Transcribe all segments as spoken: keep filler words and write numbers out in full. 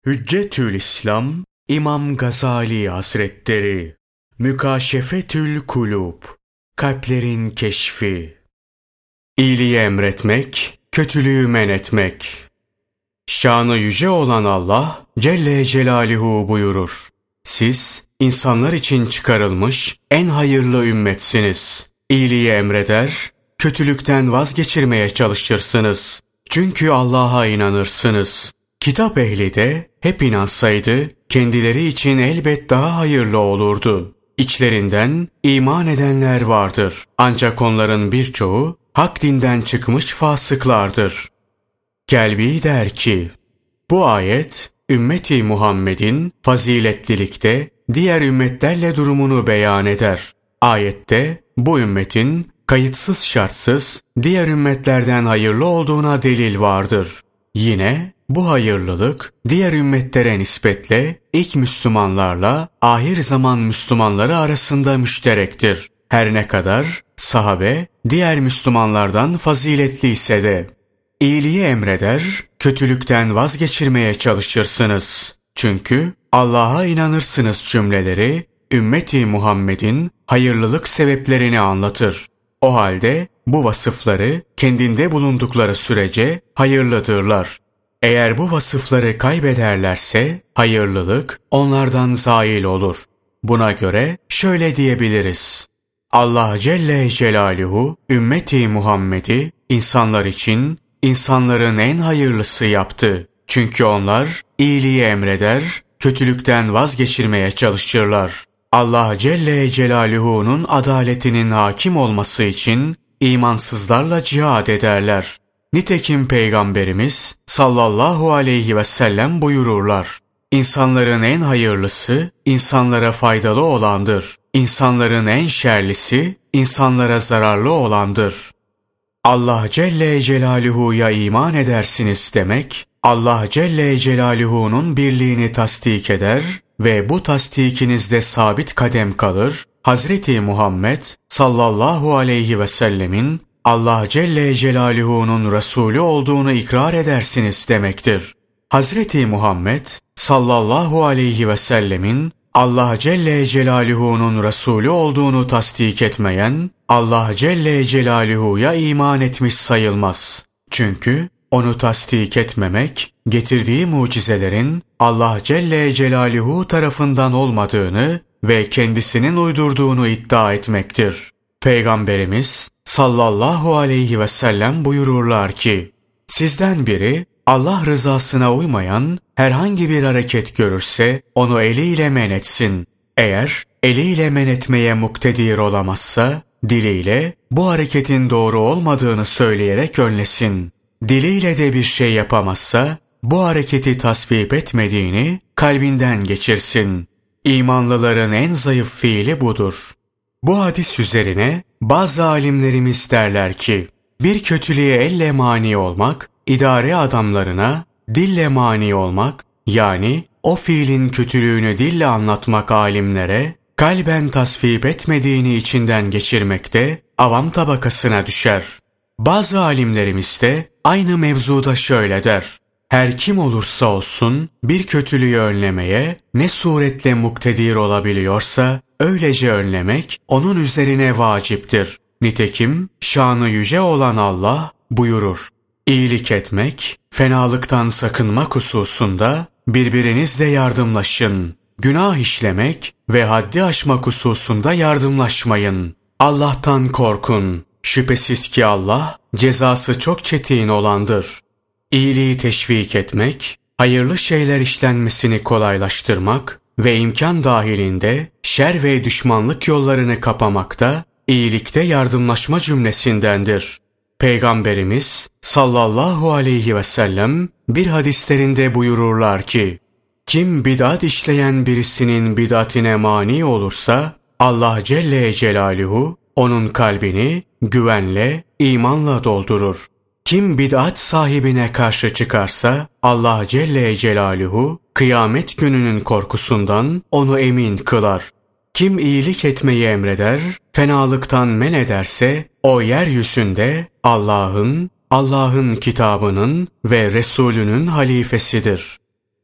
Hüccetül İslam İmam Gazali Hazretleri. Mükaşefetül Kulub, kalplerin keşfi. İyiliği emretmek, kötülüğü men etmek. Şanı yüce olan Allah Celle Celaluhu buyurur: Siz insanlar için çıkarılmış en hayırlı ümmetsiniz. İyiliği emreder, kötülükten vazgeçirmeye çalışırsınız. Çünkü Allah'a inanırsınız. Kitap ehli de hep inansaydı kendileri için elbet daha hayırlı olurdu. İçlerinden iman edenler vardır. Ancak onların birçoğu hak dinden çıkmış fasıklardır. Kelbi der ki, bu ayet ümmeti Muhammed'in faziletlilikte diğer ümmetlerle durumunu beyan eder. Ayette bu ümmetin kayıtsız şartsız diğer ümmetlerden hayırlı olduğuna delil vardır. Yine bu hayırlılık diğer ümmetlere nispetle ilk Müslümanlarla ahir zaman Müslümanları arasında müşterektir. Her ne kadar sahabe diğer Müslümanlardan faziletliyse de. İyiliği emreder, kötülükten vazgeçirmeye çalışırsınız. Çünkü Allah'a inanırsınız cümleleri ümmeti Muhammed'in hayırlılık sebeplerini anlatır. O halde bu vasıfları kendinde bulundukları sürece hayırlıdırlar. Eğer bu vasıfları kaybederlerse hayırlılık onlardan zail olur. Buna göre şöyle diyebiliriz: Allah Celle Celaluhu ümmeti Muhammed'i insanlar için insanların en hayırlısı yaptı. Çünkü onlar iyiliği emreder, kötülükten vazgeçirmeye çalışırlar. Allah Celle Celaluhu'nun adaletinin hakim olması için imansızlarla cihad ederler. Nitekim Peygamberimiz sallallahu aleyhi ve sellem buyururlar: İnsanların en hayırlısı insanlara faydalı olandır. İnsanların en şerlisi insanlara zararlı olandır. Allah Celle Celaluhu'ya iman edersiniz demek, Allah Celle Celaluhu'nun birliğini tasdik eder ve bu tasdikinizde sabit kadem kalır, Hazreti Muhammed sallallahu aleyhi ve sellemin Allah Celle Celaluhu'nun Resulü olduğunu ikrar edersiniz demektir. Hazreti Muhammed sallallahu aleyhi ve sellemin Allah Celle Celaluhu'nun Resulü olduğunu tasdik etmeyen, Allah Celle Celaluhu'ya iman etmiş sayılmaz. Çünkü onu tasdik etmemek, getirdiği mucizelerin Allah Celle Celaluhu tarafından olmadığını ve kendisinin uydurduğunu iddia etmektir. Peygamberimiz sallallahu aleyhi ve sellem buyururlar ki, sizden biri Allah rızasına uymayan herhangi bir hareket görürse onu eliyle men etsin. Eğer eliyle men etmeye muktedir olamazsa, diliyle bu hareketin doğru olmadığını söyleyerek önlesin. Diliyle de bir şey yapamazsa, bu hareketi tasvip etmediğini kalbinden geçirsin. İmanlıların en zayıf fiili budur. Bu hadis üzerine bazı alimlerimiz derler ki, bir kötülüğe elle mani olmak, idare adamlarına dille mani olmak, yani o fiilin kötülüğünü dille anlatmak alimlere, kalben tasvip etmediğini içinden geçirmekte avam tabakasına düşer. Bazı alimlerimiz de aynı mevzuda şöyle der: her kim olursa olsun bir kötülüğü önlemeye ne suretle muktedir olabiliyorsa, öylece önlemek onun üzerine vaciptir. Nitekim şanı yüce olan Allah buyurur: İyilik etmek, fenalıktan sakınmak hususunda birbirinizle yardımlaşın. Günah işlemek ve haddi aşmak hususunda yardımlaşmayın. Allah'tan korkun. Şüphesiz ki Allah cezası çok çetin olandır. İyiliği teşvik etmek, hayırlı şeyler işlenmesini kolaylaştırmak ve imkan dahilinde şer ve düşmanlık yollarını kapamak da iyilikte yardımlaşma cümlesindendir. Peygamberimiz sallallahu aleyhi ve sellem bir hadislerinde buyururlar ki, kim bid'at işleyen birisinin bid'atine mani olursa, Allah Celle Celaluhu onun kalbini güvenle, imanla doldurur. Kim bid'at sahibine karşı çıkarsa, Allah Celle Celaluhu kıyamet gününün korkusundan onu emin kılar. Kim iyilik etmeyi emreder, fenalıktan men ederse, o yeryüzünde Allah'ın, Allah'ın kitabının ve Resulünün halifesidir.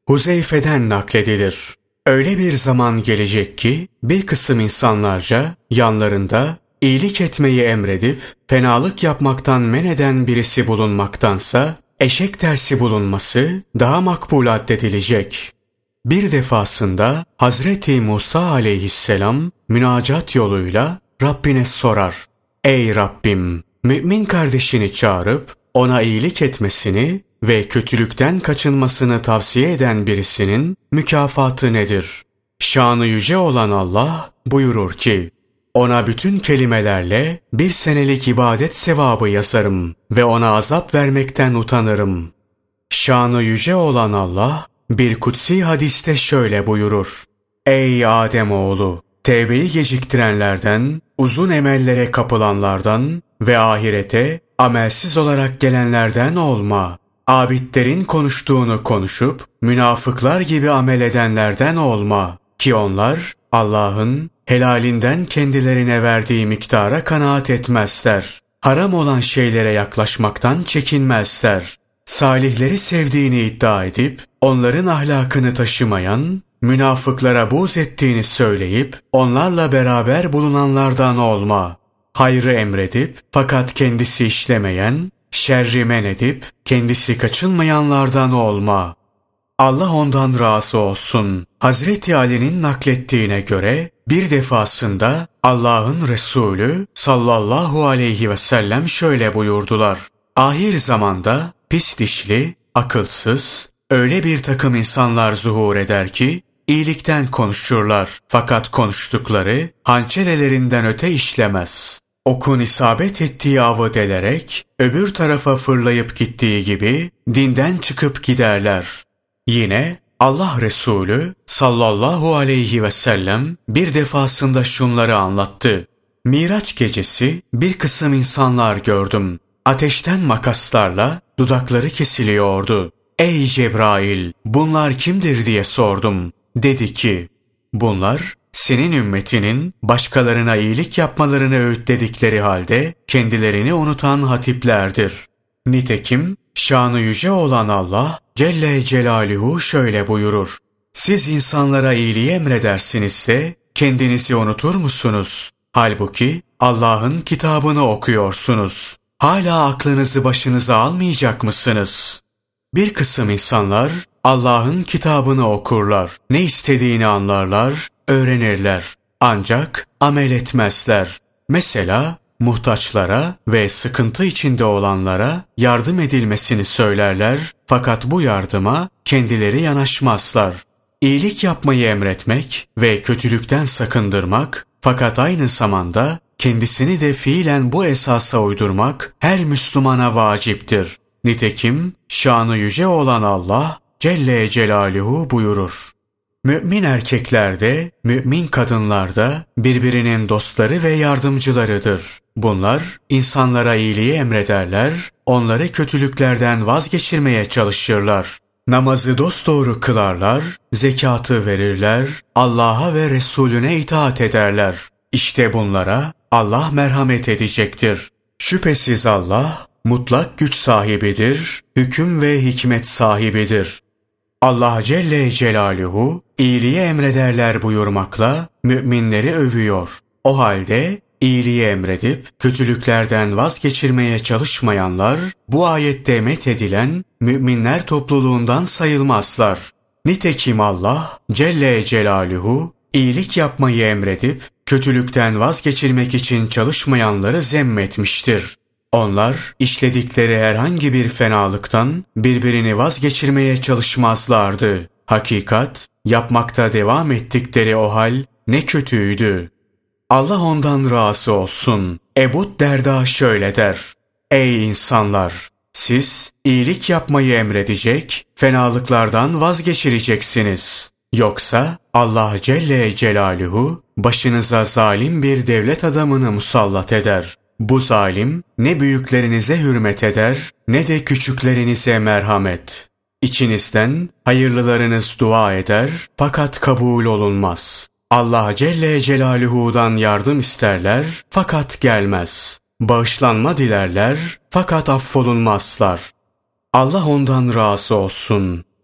Huzeyfe'den nakledilir. Öyle bir zaman gelecek ki bir kısım insanlarca yanlarında iyilik etmeyi emredip fenalık yapmaktan men eden birisi bulunmaktansa eşek tersi bulunması daha makbul addedilecek. Bir defasında Hazreti Musa aleyhisselam münacat yoluyla Rabbine sorar. Ey Rabbim! Mümin kardeşini çağırıp ona iyilik etmesini ve kötülükten kaçınmasını tavsiye eden birisinin mükafatı nedir? Şanı yüce olan Allah buyurur ki, ona bütün kelimelerle bir senelik ibadet sevabı yazarım ve ona azap vermekten utanırım. Şanı yüce olan Allah bir kutsi hadiste şöyle buyurur. Ey Ademoğlu! Tevbeyi geciktirenlerden, uzun emellere kapılanlardan ve ahirete amelsiz olarak gelenlerden olma. Abidlerin konuştuğunu konuşup, münafıklar gibi amel edenlerden olma. Ki onlar Allah'ın helalinden kendilerine verdiği miktara kanaat etmezler. Haram olan şeylere yaklaşmaktan çekinmezler. Salihleri sevdiğini iddia edip, onların ahlakını taşımayan, münafıklara buğz ettiğini söyleyip, onlarla beraber bulunanlardan olma. Hayrı emredip, fakat kendisi işlemeyen, şerri men edip, kendisi kaçınmayanlardan olma. Allah ondan razı olsun. Hazreti Ali'nin naklettiğine göre, bir defasında Allah'ın Resulü sallallahu aleyhi ve sellem şöyle buyurdular. Ahir zamanda pis dişli, akılsız, öyle bir takım insanlar zuhur eder ki, iyilikten konuşurlar. Fakat konuştukları hançerelerinden öte işlemez. Okun isabet ettiği avı delerek, öbür tarafa fırlayıp gittiği gibi, dinden çıkıp giderler. Yine Allah Resulü sallallahu aleyhi ve sellem bir defasında şunları anlattı. Miraç gecesi bir kısım insanlar gördüm. Ateşten makaslarla dudakları kesiliyordu. Ey Cebrail! Bunlar kimdir diye sordum. Dedi ki, bunlar senin ümmetinin başkalarına iyilik yapmalarını öğütledikleri halde kendilerini unutan hatiplerdir. Nitekim şanı yüce olan Allah Celle Celaluhu şöyle buyurur. Siz insanlara iyiliği emredersiniz de kendinizi unutur musunuz? Halbuki Allah'ın kitabını okuyorsunuz. Hala aklınızı başınıza almayacak mısınız? Bir kısım insanlar Allah'ın kitabını okurlar. Ne istediğini anlarlar, öğrenirler. Ancak amel etmezler. Mesela muhtaçlara ve sıkıntı içinde olanlara yardım edilmesini söylerler, fakat bu yardıma kendileri yanaşmazlar. İyilik yapmayı emretmek ve kötülükten sakındırmak, fakat aynı zamanda kendisini de fiilen bu esasa uydurmak her Müslümana vaciptir. Nitekim şanı yüce olan Allah Celle Celaluhu buyurur. Mümin erkekler de, mümin kadınlar da birbirinin dostları ve yardımcılarıdır. Bunlar insanlara iyiliği emrederler, onları kötülüklerden vazgeçirmeye çalışırlar. Namazı dosdoğru kılarlar, zekatı verirler, Allah'a ve Resulüne itaat ederler. İşte bunlara Allah merhamet edecektir. Şüphesiz Allah mutlak güç sahibidir, hüküm ve hikmet sahibidir. Allah Celle Celaluhu iyiliği emrederler buyurmakla müminleri övüyor. O halde iyiliği emredip kötülüklerden vazgeçirmeye çalışmayanlar bu ayette methedilen müminler topluluğundan sayılmazlar. Nitekim Allah Celle Celaluhu iyilik yapmayı emredip kötülükten vazgeçirmek için çalışmayanları zemmetmiştir. Onlar işledikleri herhangi bir fenalıktan birbirini vazgeçirmeye çalışmazlardı. Hakikat, yapmakta devam ettikleri o hal ne kötüydü. Allah ondan razı olsun. Ebu Derda şöyle der. Ey insanlar! Siz iyilik yapmayı emredecek, fenalıklardan vazgeçireceksiniz. Yoksa Allah Celle Celaluhu başınıza zalim bir devlet adamını musallat eder. Bu zalim ne büyüklerinize hürmet eder ne de küçüklerinize merhamet. İçinizden hayırlılarınız dua eder fakat kabul olunmaz. Allah Celle Celaluhu'dan yardım isterler fakat gelmez. Bağışlanma dilerler fakat affolunmazlar. Allah ondan razı olsun.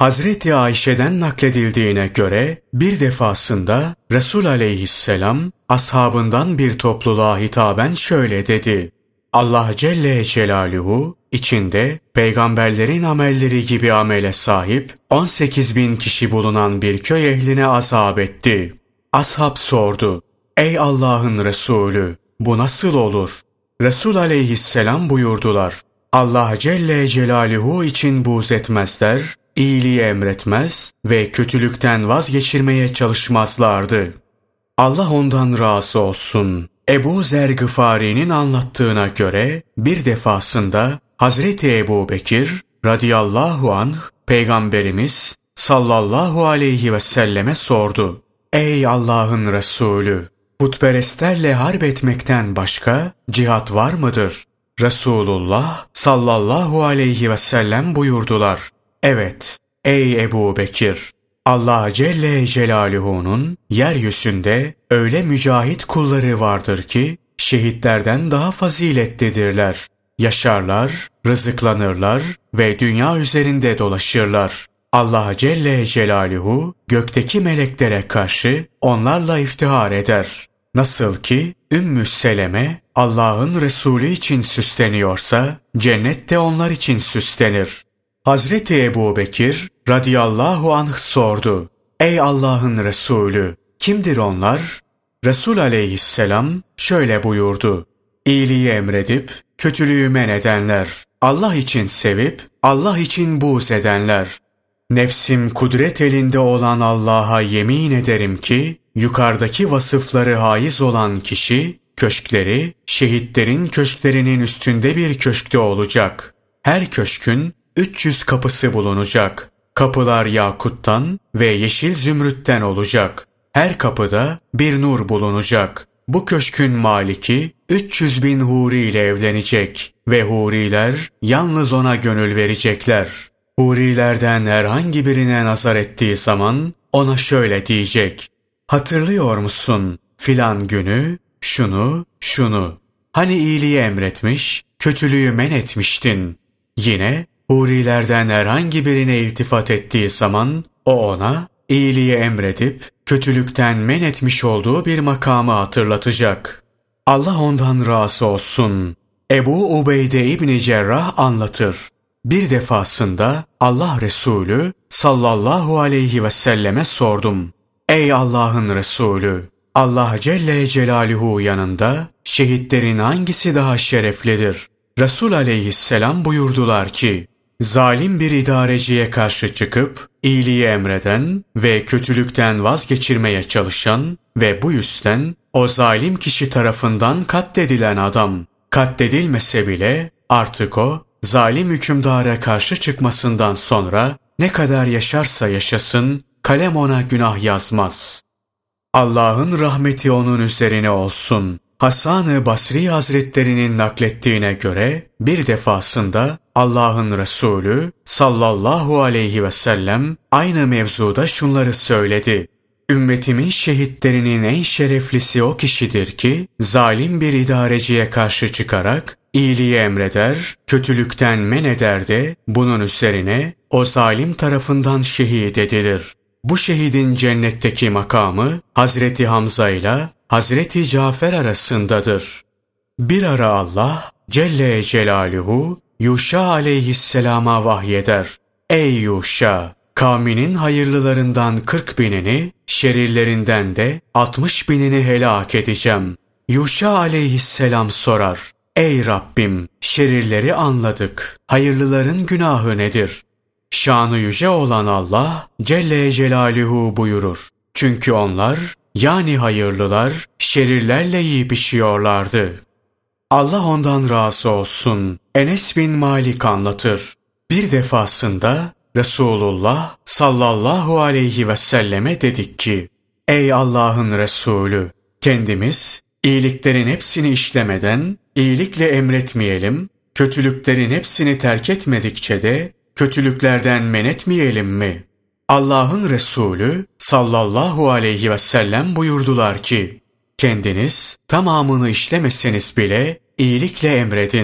Hazreti Ayşe'den nakledildiğine göre bir defasında Resul aleyhisselam ashabından bir topluluğa hitaben şöyle dedi: Allah Celle Celaluhu içinde peygamberlerin amelleri gibi amele sahip on sekiz bin kişi bulunan bir köy ehline azap etti. Ashab sordu: Ey Allah'ın Resulü, bu nasıl olur? Resul aleyhisselam buyurdular: Allah Celle Celaluhu için buğz etmezler, iyiliği emretmez ve kötülükten vazgeçirmeye çalışmazlardı. Allah ondan razı olsun. Ebu Zer Gıfari'nin anlattığına göre bir defasında Hazreti Ebu Bekir radıyallahu anh Peygamberimiz sallallahu aleyhi ve selleme sordu: Ey Allah'ın Resulü, putperestlerle harp etmekten başka cihat var mıdır? Resulullah sallallahu aleyhi ve sellem buyurdular: Evet, ey Ebu Bekir, Allah Celle Celaluhu'nun yeryüzünde öyle mücahit kulları vardır ki şehitlerden daha faziletlidirler. Yaşarlar, rızıklanırlar ve dünya üzerinde dolaşırlar. Allah Celle Celaluhu gökteki meleklere karşı onlarla iftihar eder. Nasıl ki Ümmü Seleme Allah'ın Resulü için süsleniyorsa cennet de onlar için süslenir. Hazreti Ebu Bekir radıyallahu anh sordu: Ey Allah'ın Resulü, kimdir onlar? Resul aleyhisselam şöyle buyurdu: İyiliği emredip kötülüğü men edenler, Allah için sevip Allah için buğz edenler. Nefsim kudret elinde olan Allah'a yemin ederim ki yukarıdaki vasıfları haiz olan kişi köşkleri şehitlerin köşklerinin üstünde bir köşkte olacak. Her köşkün üç yüz kapısı bulunacak. Kapılar yakuttan ve yeşil zümrütten olacak. Her kapıda bir nur bulunacak. Bu köşkün maliki üç yüz bin huri ile evlenecek ve huriler yalnız ona gönül verecekler. Hurilerden herhangi birine nazar ettiği zaman ona şöyle diyecek: Hatırlıyor musun filan günü, şunu, şunu? Hani iyiliği emretmiş, kötülüğü men etmiştin? Yine hurilerden herhangi birine iltifat ettiği zaman o ona iyiliği emredip kötülükten men etmiş olduğu bir makamı hatırlatacak. Allah ondan razı olsun. Ebu Ubeyde İbni Cerrah anlatır. Bir defasında Allah Resulü sallallahu aleyhi ve selleme sordum: Ey Allah'ın Resulü, Allah Celle Celaluhu yanında şehitlerin hangisi daha şereflidir? Resul aleyhisselam buyurdular ki, zalim bir idareciye karşı çıkıp iyiliği emreden ve kötülükten vazgeçirmeye çalışan ve bu yüzden o zalim kişi tarafından katledilen adam. Katledilmese bile artık o zalim hükümdara karşı çıkmasından sonra ne kadar yaşarsa yaşasın kalem ona günah yazmaz. Allah'ın rahmeti onun üzerine olsun. Hasan-ı Basri Hazretlerinin naklettiğine göre bir defasında Allah'ın Resulü sallallahu aleyhi ve sellem aynı mevzuda şunları söyledi: Ümmetimin şehitlerinin en şereflisi o kişidir ki zalim bir idareciye karşı çıkarak iyiliği emreder, kötülükten men eder de bunun üzerine o zalim tarafından şehit edilir. Bu şehidin cennetteki makamı Hazreti Hamza ile Hazreti Cafer arasındadır. Bir ara Allah Celle Celaluhu Yuşa aleyhisselama vahyeder: Ey Yuşa! Kavminin hayırlılarından kırk binini, şerirlerinden de altmış binini helak edeceğim. Yuşa aleyhisselam sorar: Ey Rabbim! Şerirleri anladık. Hayırlıların günahı nedir? Şanı yüce olan Allah Celle Celaluhu buyurur: Çünkü onlar, yani hayırlılar, şerirlerle yiyip içiyorlardı. Allah ondan razı olsun. Enes bin Malik anlatır. Bir defasında Resulullah sallallahu aleyhi ve selleme dedik ki, Ey Allah'ın Resulü! Kendimiz iyiliklerin hepsini işlemeden iyilikle emretmeyelim, kötülüklerin hepsini terk etmedikçe de kötülüklerden men etmeyelim mi? Allah'ın Resulü sallallahu aleyhi ve sellem buyurdular ki, kendiniz tamamını işlemeseniz bile iyilikle emredin.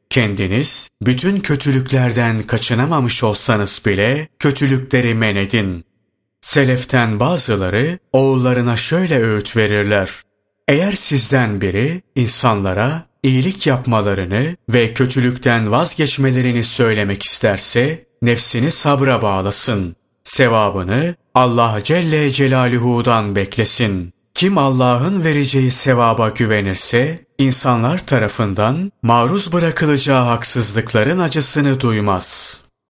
kendiniz bütün kötülüklerden kaçınamamış olsanız bile kötülükleri men edin. Seleften bazıları oğullarına şöyle öğüt verirler. Eğer sizden biri insanlara iyilik yapmalarını ve kötülükten vazgeçmelerini söylemek isterse nefsini sabra bağlasın. Sevabını Allah Celle Celaluhu'dan beklesin. Kim Allah'ın vereceği sevaba güvenirse insanlar tarafından maruz bırakılacağı haksızlıkların acısını duymaz.